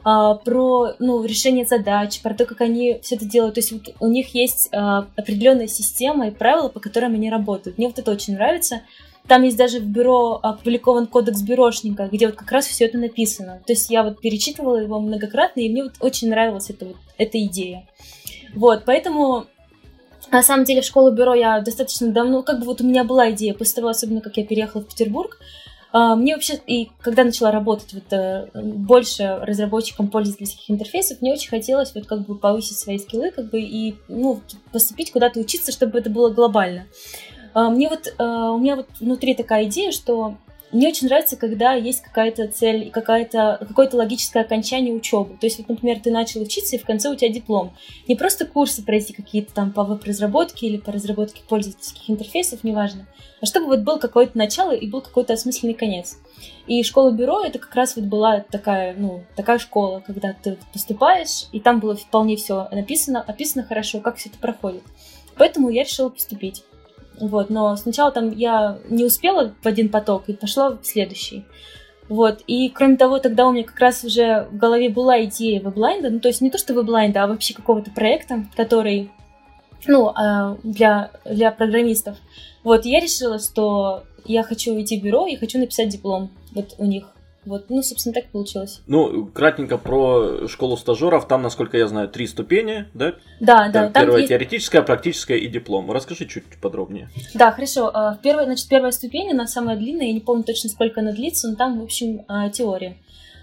про ну, решение задач, про то, как они все это делают. То есть вот у них есть определенная система и правила, по которым они работают. Мне вот это очень нравится. Там есть даже в бюро опубликован кодекс бюрошника, где вот как раз все это написано. То есть я вот перечитывала его многократно, и мне вот очень нравилась эта, вот, эта идея. Вот, поэтому на самом деле в школу бюро я достаточно давно, как бы вот у меня была идея, после того, особенно как я переехала в Петербург, мне вообще, и когда начала работать вот, больше разработчиком пользовательских интерфейсов, мне очень хотелось вот как бы повысить свои скиллы, как бы, и ну, поступить куда-то учиться, чтобы это было глобально. Мне вот, у меня вот внутри такая идея, что мне очень нравится, когда есть какая-то цель и какая-то, какое-то логическое окончание учебы. То есть, вот, например, ты начал учиться, и в конце у тебя диплом. Не просто курсы пройти какие-то там по веб-разработке или по разработке пользовательских интерфейсов, неважно, а чтобы вот был какое-то начало и был какой-то осмысленный конец. И школа-бюро — это как раз вот была такая, ну, такая школа, когда ты поступаешь, и там было вполне все написано, описано хорошо, как все это проходит. Поэтому я решила поступить. Вот, но сначала там я не успела в один поток и пошла в следующий. Вот, и кроме того, тогда у меня как раз уже в голове была идея WebBlind, ну, то есть не то, что WebBlind, а вообще какого-то проекта, который, ну, для, для программистов. Вот, и я решила, что я хочу идти в бюро и хочу написать диплом вот у них. Вот, ну, собственно, так получилось. Ну, кратенько про школу стажеров. Там, насколько я знаю, три ступени, да? Да, да. Там первая есть... теоретическая, практическая и диплом. Расскажи чуть подробнее. Да, хорошо. Первая, значит, первая ступень, она самая длинная, я не помню точно, сколько она длится, но там, в общем, теория.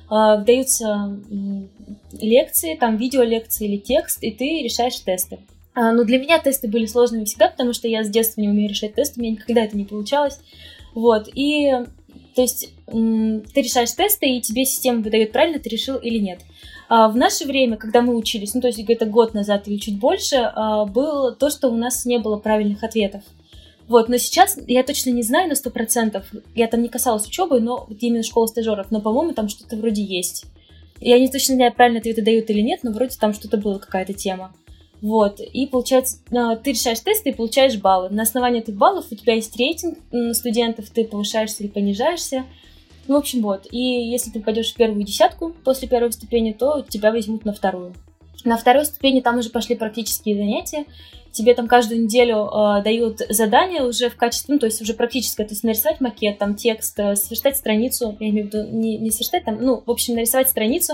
Даются лекции, там видеолекции или текст, и ты решаешь тесты. Но для меня тесты были сложными всегда, потому что я с детства не умею решать тесты, у меня никогда это не получалось. Вот, и... То есть ты решаешь тесты, и тебе система выдает, правильно ты решил или нет. В наше время, когда мы учились, ну то есть где-то год назад или чуть больше, было то, что у нас не было правильных ответов. Вот, но сейчас я точно не знаю на сто процентов, я там не касалась учебы, но именно школы стажеров, но, по-моему, там что-то вроде есть. Я не точно знаю, правильно ответы дают или нет, но вроде там что-то было, какая-то тема. Вот, и получается, ты решаешь тесты и получаешь баллы. На основании этих баллов у тебя есть рейтинг студентов, ты повышаешься или понижаешься. Ну, в общем, вот. И если ты попадешь в первую десятку после первой ступени, то тебя возьмут на вторую. На второй ступени там уже пошли практические занятия. Тебе там каждую неделю э, дают задания уже в качестве, ну, то есть уже практическое, то есть нарисовать макет, там текст, э, сверстать страницу, я имею в виду не, не сверстать, там, ну, в общем, нарисовать страницу,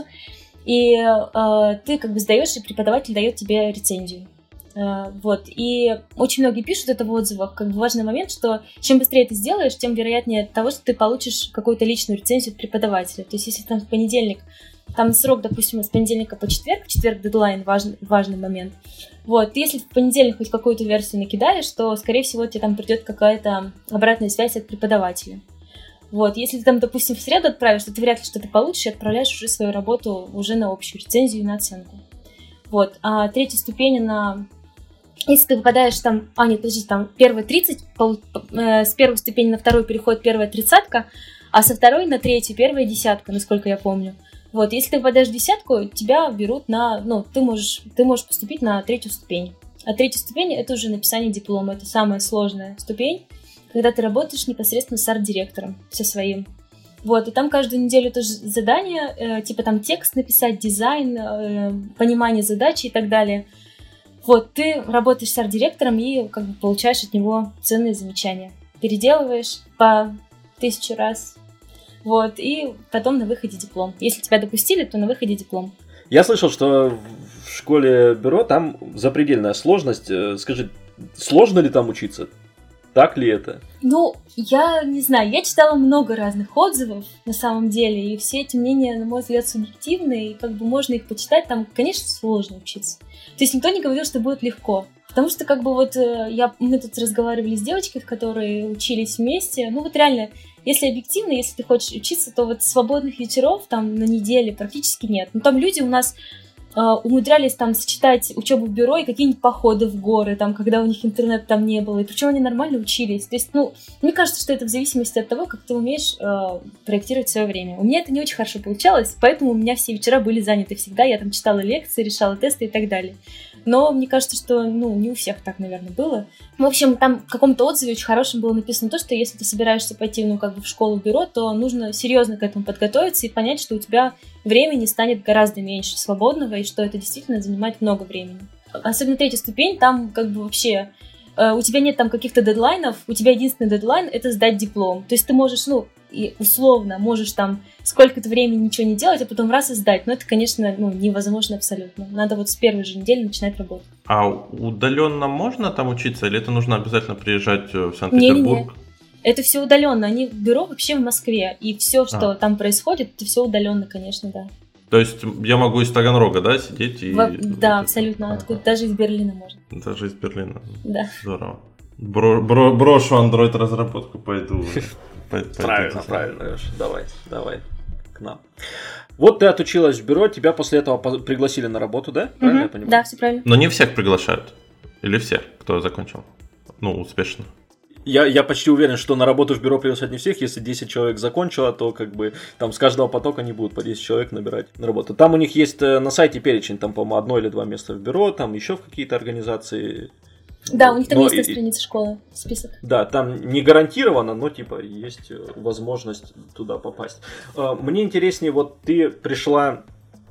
и э, ты как бы сдаешь, и преподаватель дает тебе рецензию. Э, вот, и очень многие пишут это в отзывах, как бы важный момент, что чем быстрее ты сделаешь, тем вероятнее того, что ты получишь какую-то личную рецензию от преподавателя. То есть если там в понедельник, там срок, допустим, с понедельника по четверг, в четверг дедлайн, важный, важный момент. Вот, если в понедельник хоть какую-то версию накидаешь, то, скорее всего, тебе там придет какая-то обратная связь от преподавателя. Вот, если ты там, допустим, в среду отправишь, то ты вряд ли что-то получишь и отправляешь уже свою работу уже на общую рецензию и на оценку. Вот, а третья ступень на... Если ты попадаешь там... А, нет, подожди, там первые тридцать, пол... э, с первой ступени на вторую переходит первая тридцатка, а со второй на третью первая десятка, насколько я помню. Вот, если ты попадаешь в десятку, тебя берут на, ну, ты можешь, ты можешь поступить на третью ступень. А третья ступень — это уже написание диплома, это самая сложная ступень, когда ты работаешь непосредственно с арт-директором, со своим. Вот, и там каждую неделю тоже задания, э, типа там текст написать, дизайн, э, понимание задачи и так далее. Вот, ты работаешь с арт-директором и как бы получаешь от него ценные замечания. Переделываешь по тысячу раз. Вот, и потом на выходе диплом. Если тебя допустили, то на выходе диплом. Я слышал, что в школе бюро там запредельная сложность. Скажи, сложно ли там учиться? Так ли это? Ну, я не знаю, я читала много разных отзывов на самом деле, и все эти мнения, на мой взгляд, субъективные, и как бы можно их почитать, там, конечно, сложно учиться. То есть никто не говорил, что будет легко. Потому что как бы вот я, мы тут разговаривали с девочкой, которые учились вместе, ну вот реально, если объективно, если ты хочешь учиться, то вот свободных вечеров там на неделе практически нет. Но там люди у нас э, умудрялись там сочетать учебу в бюро и какие-нибудь походы в горы, там, когда у них интернета там не было, и причем они нормально учились. То есть, ну, мне кажется, что это в зависимости от того, как ты умеешь э, проектировать свое время. У меня это не очень хорошо получалось, поэтому у меня все вечера были заняты всегда, я там читала лекции, решала тесты и так далее. Но мне кажется, что, ну, не у всех так, наверное, было. В общем, там в каком-то отзыве очень хорошем было написано то, что если ты собираешься пойти, ну, как бы в школу-бюро, то нужно серьезно к этому подготовиться и понять, что у тебя времени станет гораздо меньше свободного, и что это действительно занимает много времени. Особенно третья ступень, там как бы вообще... Э, у тебя нет там каких-то дедлайнов, у тебя единственный дедлайн — это сдать диплом. То есть ты можешь, ну, и условно можешь там сколько-то времени ничего не делать, а потом раз и сдать. Но это, конечно, ну, невозможно абсолютно. Надо вот с первой же недели начинать работать. А удаленно можно там учиться, или это нужно обязательно приезжать в Санкт-Петербург? Не-не-не. Это все удаленно. Они в бюро вообще в Москве. И все, что а. там происходит, это все удаленно, конечно, да. То есть я могу из Таганрога, да, сидеть и... Во... Да, абсолютно. Откуда? Ага. Даже из Берлина можно. Даже из Берлина. Да. Здорово. Бро- бро- брошу Android-разработку, пойду... Правильно, правильно, давай, давай к нам. Вот ты отучилась в бюро, тебя после этого пригласили на работу, да? Правильно я понимаю? Да, все правильно. Но не всех приглашают. Или всех, кто закончил? Ну, успешно. Я, я почти уверен, что на работу в бюро приглашать не всех. Если десять человек закончило, то как бы там с каждого потока они будут по десять человек набирать на работу. Там у них есть на сайте перечень, там, по-моему, одно или два места в бюро, там еще в какие-то организации. Да, у них там но есть на и, странице школы список. Да, там не гарантированно, но типа есть возможность туда попасть. Мне интереснее, вот ты пришла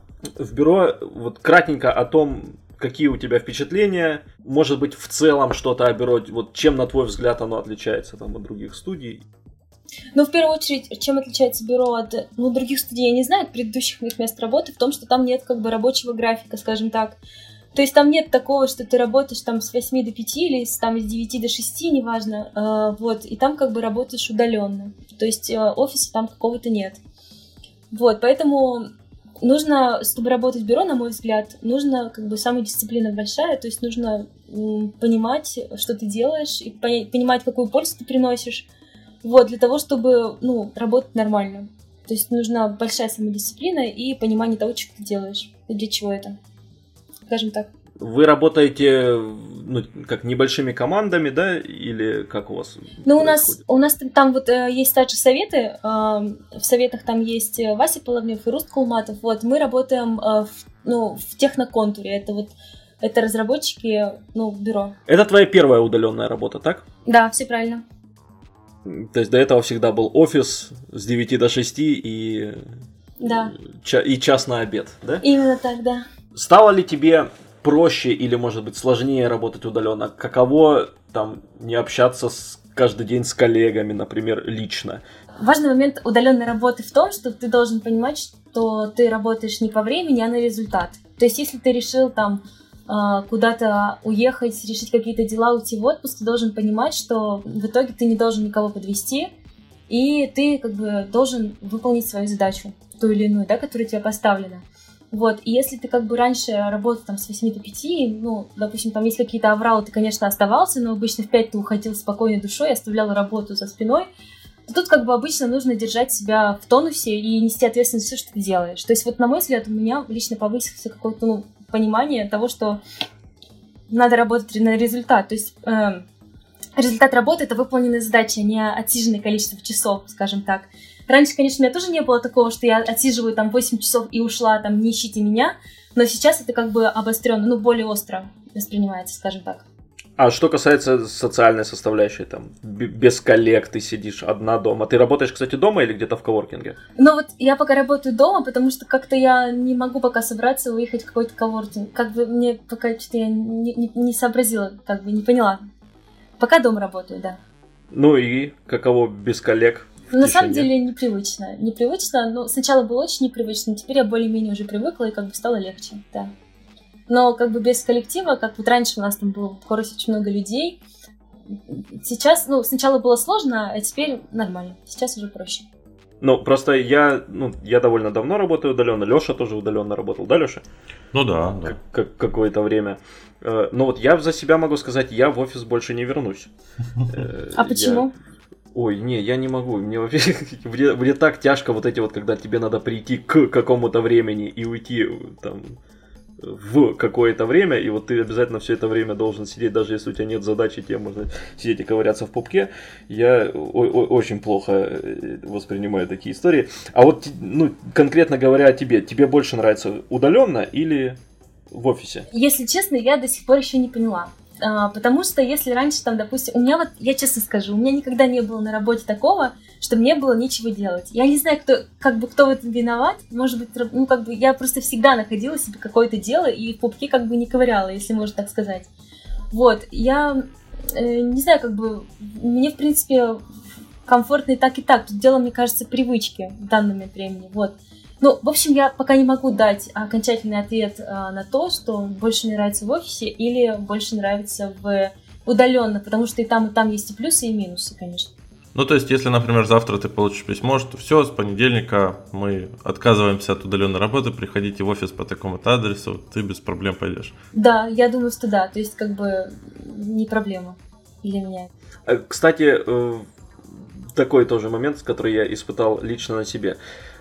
в бюро, вот кратенько о том, какие у тебя впечатления, может быть, в целом что-то о бюро, вот чем, на твой взгляд, оно отличается там от других студий? Ну, в первую очередь, чем отличается бюро от ну, других студий, я не знаю, от предыдущих моих мест работы, в том, что там нет как бы рабочего графика, скажем так. То есть там нет такого, что ты работаешь там с восьми до пяти или с, там, с девяти до шести, неважно, э, вот, и там как бы работаешь удаленно. То есть э, офиса там какого-то нет. Вот, поэтому нужно, чтобы работать в бюро, на мой взгляд, нужно как бы самодисциплина большая, то есть нужно м, понимать, что ты делаешь, и по- понимать, какую пользу ты приносишь. Вот, для того, чтобы, ну, работать нормально. То есть нужна большая самодисциплина и понимание того, что ты делаешь, и для чего это, скажем так. Вы работаете, ну, как небольшими командами, да, или как у вас? Ну, у нас, у нас там, там вот э, есть также советы, э, в советах там есть Вася Половнев и Руст Кулматов, вот, мы работаем э, в, ну, в техноконтуре, это вот, это разработчики, ну, бюро. Это твоя первая удаленная работа, так? Да, все правильно. То есть до этого всегда был офис с девяти до шести и, да. ча- и час на обед, да? Именно так, да. Стало ли тебе проще или, может быть, сложнее работать удаленно? Каково там не общаться с, каждый день с коллегами, например, лично? Важный момент удаленной работы в том, что ты должен понимать, что ты работаешь не по времени, а на результат. То есть, если ты решил там куда-то уехать, решить какие-то дела, уйти в отпуск, ты должен понимать, что в итоге ты не должен никого подвести, и ты как бы должен выполнить свою задачу, ту или иную, да, которая тебе поставлена. Вот, и если ты как бы раньше работал там с восьми до пяти, ну, допустим, там есть какие-то авралы, ты, конечно, оставался, но обычно в пять ты уходил спокойной душой, оставлял работу за спиной, то тут как бы обычно нужно держать себя в тонусе и нести ответственность за все, что ты делаешь. То есть вот, на мой взгляд, у меня лично повысился какой-то, ну, понимание того, что надо работать на результат. То есть э, результат работы — это выполненная задача, а не отсиженное количество часов, скажем так. Раньше, конечно, у меня тоже не было такого, что я отсиживаю там восемь часов и ушла, там, не ищите меня, но сейчас это как бы обостренно, ну, более остро воспринимается, скажем так. А что касается социальной составляющей, там, без коллег ты сидишь одна дома. Ты работаешь, кстати, дома или где-то в коворкинге? Ну вот я пока работаю дома, потому что как-то я не могу пока собраться и уехать в какой-то коворкинг. Как бы мне пока что-то я не, не, не сообразила, как бы не поняла. Пока дома работаю, да. Ну и каково без коллег? На самом деле непривычно. Непривычно, но сначала было очень непривычно, теперь я более-менее уже привыкла и как бы стало легче, да. Но как бы без коллектива, как вот раньше у нас там было в Хоросе очень много людей, сейчас, ну, сначала было сложно, а теперь нормально, сейчас уже проще. Ну, просто я, ну, я довольно давно работаю удаленно, Лёша тоже удаленно работал, да, Лёша? Ну да, да. Как, как, какое-то время. Но вот я за себя могу сказать, я в офис больше не вернусь. А почему? Ой, не, я не могу. Мне, мне, мне так тяжко вот эти вот, когда тебе надо прийти к какому-то времени и уйти там в какое-то время, и вот ты обязательно все это время должен сидеть, даже если у тебя нет задачи, тебе можно сидеть и ковыряться в пупке. Я о- о- очень плохо воспринимаю такие истории. А вот, ну, конкретно говоря о тебе, тебе больше нравится удаленно или в офисе? Если честно, я до сих пор еще не поняла. А, потому что если раньше там, допустим, у меня вот, я честно скажу, у меня никогда не было на работе такого, что мне было нечего делать. Я не знаю, кто, как бы, кто в этом виноват. Может быть, ну, как бы, я просто всегда находила себе какое-то дело и в пупке как бы не ковыряла, если можно так сказать. Вот, я э, не знаю, как бы, мне, в принципе, комфортно и так, и так. Тут дело, мне кажется, привычки в данный момент времени, вот. Ну, в общем, я пока не могу дать окончательный ответ а, на то, что больше мне нравится в офисе или больше нравится в удаленно, потому что и там, и там есть и плюсы, и минусы, конечно. Ну, то есть, если, например, завтра ты получишь письмо, что все, с понедельника мы отказываемся от удаленной работы, приходите в офис по такому-то адресу, ты без проблем пойдешь. Да, я думаю, что да, то есть, как бы, не проблема для меня. Кстати, такой тоже момент, который я испытал лично на себе.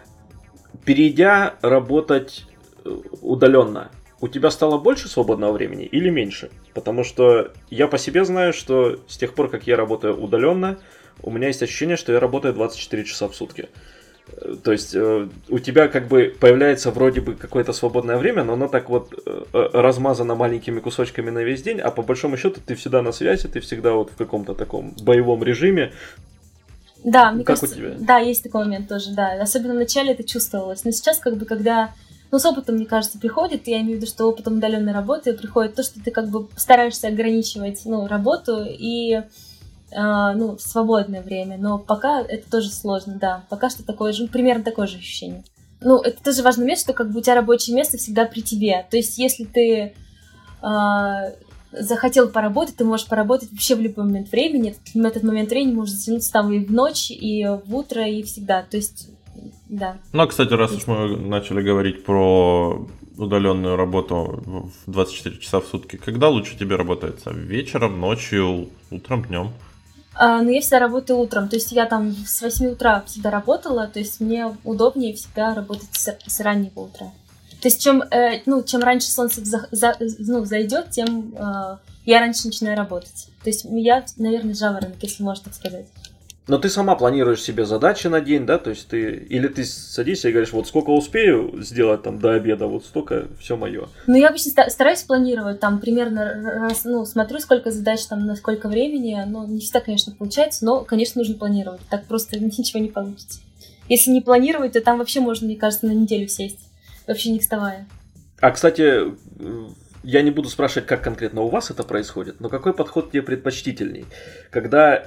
Перейдя работать удаленно, у тебя стало больше свободного времени или меньше? Потому что я по себе знаю, что с тех пор, как я работаю удаленно, у меня есть ощущение, что я работаю двадцать четыре часа в сутки. То есть у тебя как бы появляется вроде бы какое-то свободное время, но оно так вот размазано маленькими кусочками на весь день, а по большому счету ты всегда на связи, ты всегда вот в каком-то таком боевом режиме. Да, мне как кажется, у тебя? Да, есть такой момент тоже, да. Особенно в начале это чувствовалось. Но сейчас, как бы, когда, ну, с опытом, мне кажется, приходит, я имею в виду, что опытом удаленной работы приходит то, что ты как бы стараешься ограничивать, ну, работу и, э, ну, свободное время. Но пока это тоже сложно, да. Пока что такое же, примерно такое же ощущение. Ну, это тоже важный момент, что как бы у тебя рабочее место всегда при тебе. То есть, если ты э, захотел поработать, ты можешь поработать вообще в любой момент времени. Этот, этот момент времени может затянуться там и в ночь, и в утро, и всегда. То есть, да. Ну, кстати, раз уж мы начали говорить про удаленную работу в двадцать четыре часа в сутки, когда лучше тебе работается? Вечером, ночью, утром, днем? А, но я всегда работаю утром, то есть я там с восьми утра всегда работала, то есть мне удобнее всегда работать с, с раннего утра. То есть чем, э, ну, чем раньше солнце за, за, ну, зайдет, тем э, я раньше начинаю работать. То есть я, наверное, жаворонок, если можно так сказать. Но ты сама планируешь себе задачи на день, да? То есть ты или ты садишься и говоришь, вот сколько успею сделать там до обеда, вот столько, все мое. Ну, я обычно стараюсь планировать, там, примерно, раз, ну, смотрю, сколько задач, там, на сколько времени, ну, не всегда, конечно, получается, но, конечно, нужно планировать, так просто ничего не получится. Если не планировать, то там вообще можно, мне кажется, на неделю сесть, вообще не вставая. А, кстати, я не буду спрашивать, как конкретно у вас это происходит, но какой подход тебе предпочтительней? Когда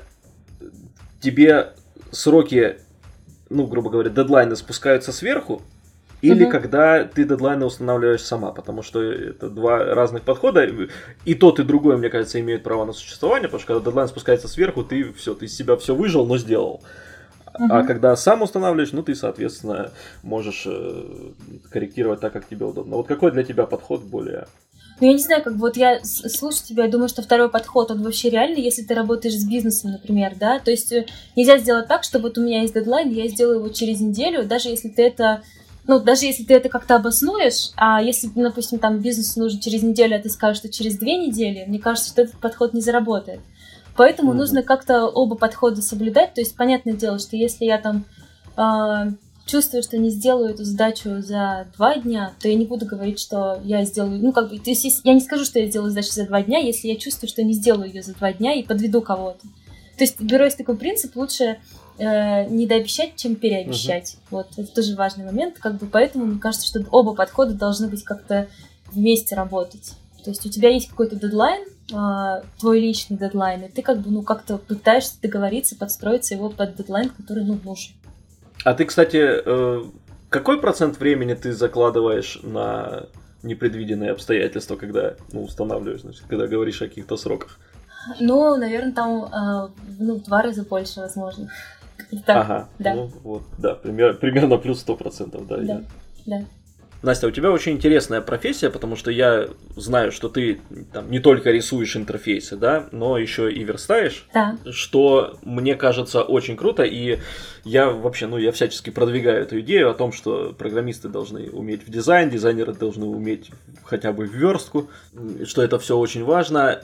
тебе сроки, ну, грубо говоря, дедлайны спускаются сверху, или угу. когда ты дедлайны устанавливаешь сама, потому что это два разных подхода, и тот, и другой, мне кажется, имеют право на существование, потому что когда дедлайн спускается сверху, ты все, ты из себя все выжил, но сделал. Угу. А когда сам устанавливаешь, ну, ты, соответственно, можешь корректировать так, как тебе удобно. Вот какой для тебя подход более... Ну, я не знаю, как бы вот я слушаю тебя, я думаю, что второй подход, он вообще реальный, если ты работаешь с бизнесом, например, да, то есть нельзя сделать так, что вот у меня есть дедлайн, я сделаю его через неделю, даже если ты это, ну, даже если ты это как-то обоснуешь, а если, допустим, там бизнесу нужно через неделю, а ты скажешь, что через две недели, мне кажется, что этот подход не заработает. Поэтому mm-hmm. нужно как-то оба подхода соблюдать, то есть понятное дело, что если я там... Э- чувствую, что не сделаю эту задачу за два дня, то я не буду говорить, что я сделаю... Ну, как бы, то есть я не скажу, что я сделаю задачу за два дня, если я чувствую, что не сделаю ее за два дня и подведу кого-то. То есть, беру из такой принцип, лучше э, недообещать, чем переобещать. Uh-huh. Вот, это тоже важный момент, как бы, поэтому мне кажется, что оба подхода должны быть как-то вместе работать. То есть у тебя есть какой-то дедлайн, э, твой личный дедлайн, и ты как бы, ну, как-то пытаешься договориться, подстроиться его под дедлайн, который, ну, нужен. А ты, кстати, какой процент времени ты закладываешь на непредвиденные обстоятельства, когда, ну, устанавливаешь, значит, когда говоришь о каких-то сроках? Ну, наверное, там, ну, в два раза больше, возможно. Так, ага, да. Ну, вот, да, пример, примерно плюс сто процентов, да. Да, я... да. Настя, у тебя очень интересная профессия, потому что я знаю, что ты там не только рисуешь интерфейсы, да, но еще и верстаешь, да. Что мне кажется очень круто, и я вообще, ну, я всячески продвигаю эту идею о том, что программисты должны уметь в дизайн, дизайнеры должны уметь хотя бы в верстку, что это все очень важно.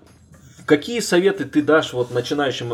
Какие советы ты дашь вот начинающим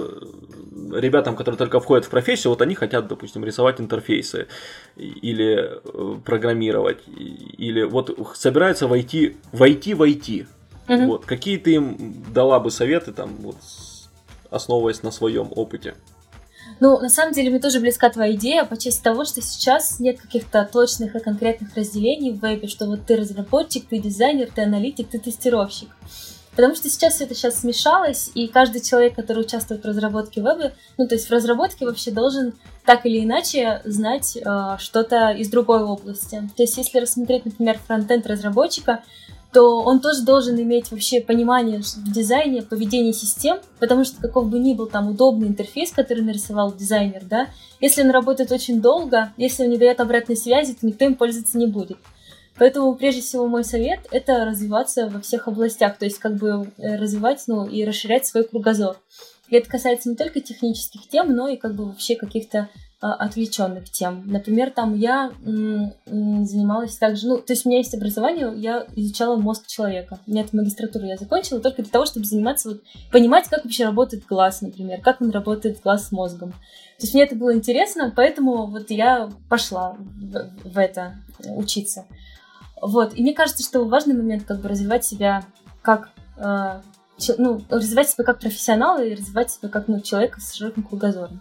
э, ребятам, которые только входят в профессию, вот они хотят, допустим, рисовать интерфейсы или э, программировать, или вот собираются войти, войти, войти. Mm-hmm. Вот, какие ты им дала бы советы, там, вот, основываясь на своем опыте? Ну, на самом деле, мне тоже близка твоя идея по части того, что сейчас нет каких-то точных и конкретных разделений в вебе, что вот ты разработчик, ты дизайнер, ты аналитик, ты тестировщик. Потому что сейчас все это сейчас смешалось, и каждый человек, который участвует в разработке веба, ну, то есть в разработке вообще должен так или иначе знать э, что-то из другой области. То есть если рассмотреть, например, фронтенд разработчика, то он тоже должен иметь вообще понимание в дизайне, поведения систем, потому что каков бы ни был там удобный интерфейс, который нарисовал дизайнер, да, если он работает очень долго, если он не дает обратной связи, то никто им пользоваться не будет. Поэтому, прежде всего, мой совет – это развиваться во всех областях, то есть как бы развивать, ну, и расширять свой кругозор. И это касается не только технических тем, но и как бы вообще каких-то а, отвлеченных тем. Например, там я м- м- занималась также, ну, то есть у меня есть образование, я изучала мозг человека. У меня эту магистратуру я закончила только для того, чтобы заниматься, вот, понимать, как вообще работает глаз, например, как он работает, глаз с мозгом. То есть мне это было интересно, поэтому вот я пошла в, в это учиться. Вот, и мне кажется, что важный момент как бы развивать себя как, э, ч- ну, развивать себя как профессионала и развивать себя как, ну, человека с широким кругозором.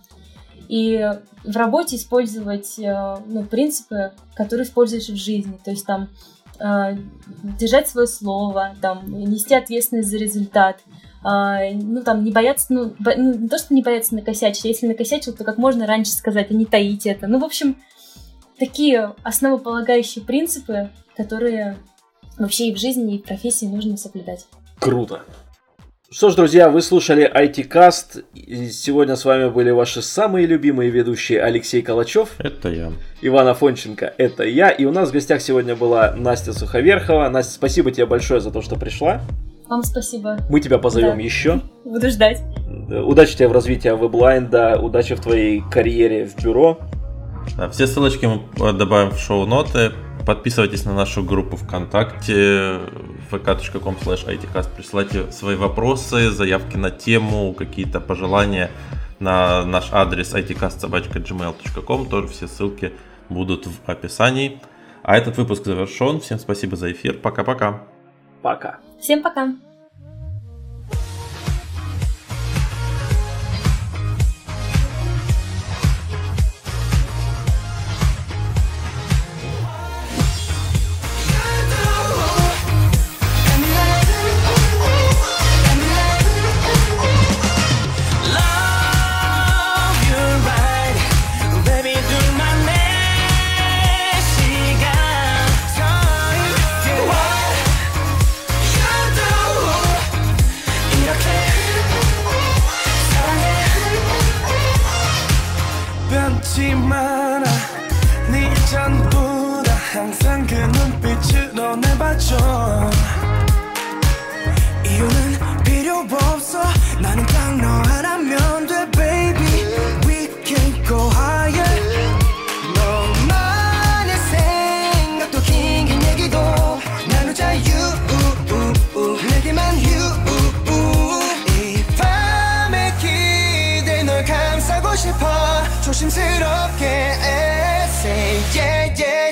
И в работе использовать, э, ну, принципы, которые используешь в жизни, то есть там э, держать свое слово, там, нести ответственность за результат, э, ну, там, не бояться, ну, бо- ну, не то, что не бояться накосячить, а если накосячил, то как можно раньше сказать, а не таить это. Ну, в общем, такие основополагающие принципы, которые вообще и в жизни, и в профессии нужно соблюдать. Круто. Что ж, друзья, вы слушали ай ти-каст. Сегодня с вами были ваши самые любимые ведущие Алексей Калачев. Это я. Иван Афонченко. Это я. И у нас в гостях сегодня была Настя Суховерхова. Настя, спасибо тебе большое за то, что пришла. Вам спасибо. Мы тебя позовем да. еще. Буду ждать. удачи тебе в развитии веб-блайнда, удачи в твоей карьере в бюро. Да, все ссылочки мы добавим в шоу-ноты. Подписывайтесь на нашу группу ВКонтакте вэ ка точка ком слэш ай ти каст. Присылайте свои вопросы, заявки на тему, какие-то пожелания на наш адрес ай ти каст собака джи мейл точка ком. Тоже все ссылки будут в описании. А этот выпуск завершен. Всем спасибо за эфир. Пока-пока. Пока. Всем пока. 항상 그 눈빛으로 날 봐줘 이유는 필요 없어 나는 딱 너 하나면 돼 baby We can go higher 너만의 생각도 긴 긴 얘기도 나누자 you 내게만 you 이 밤의 기대 널 감싸고 싶어 조심스럽게 say yeah yeah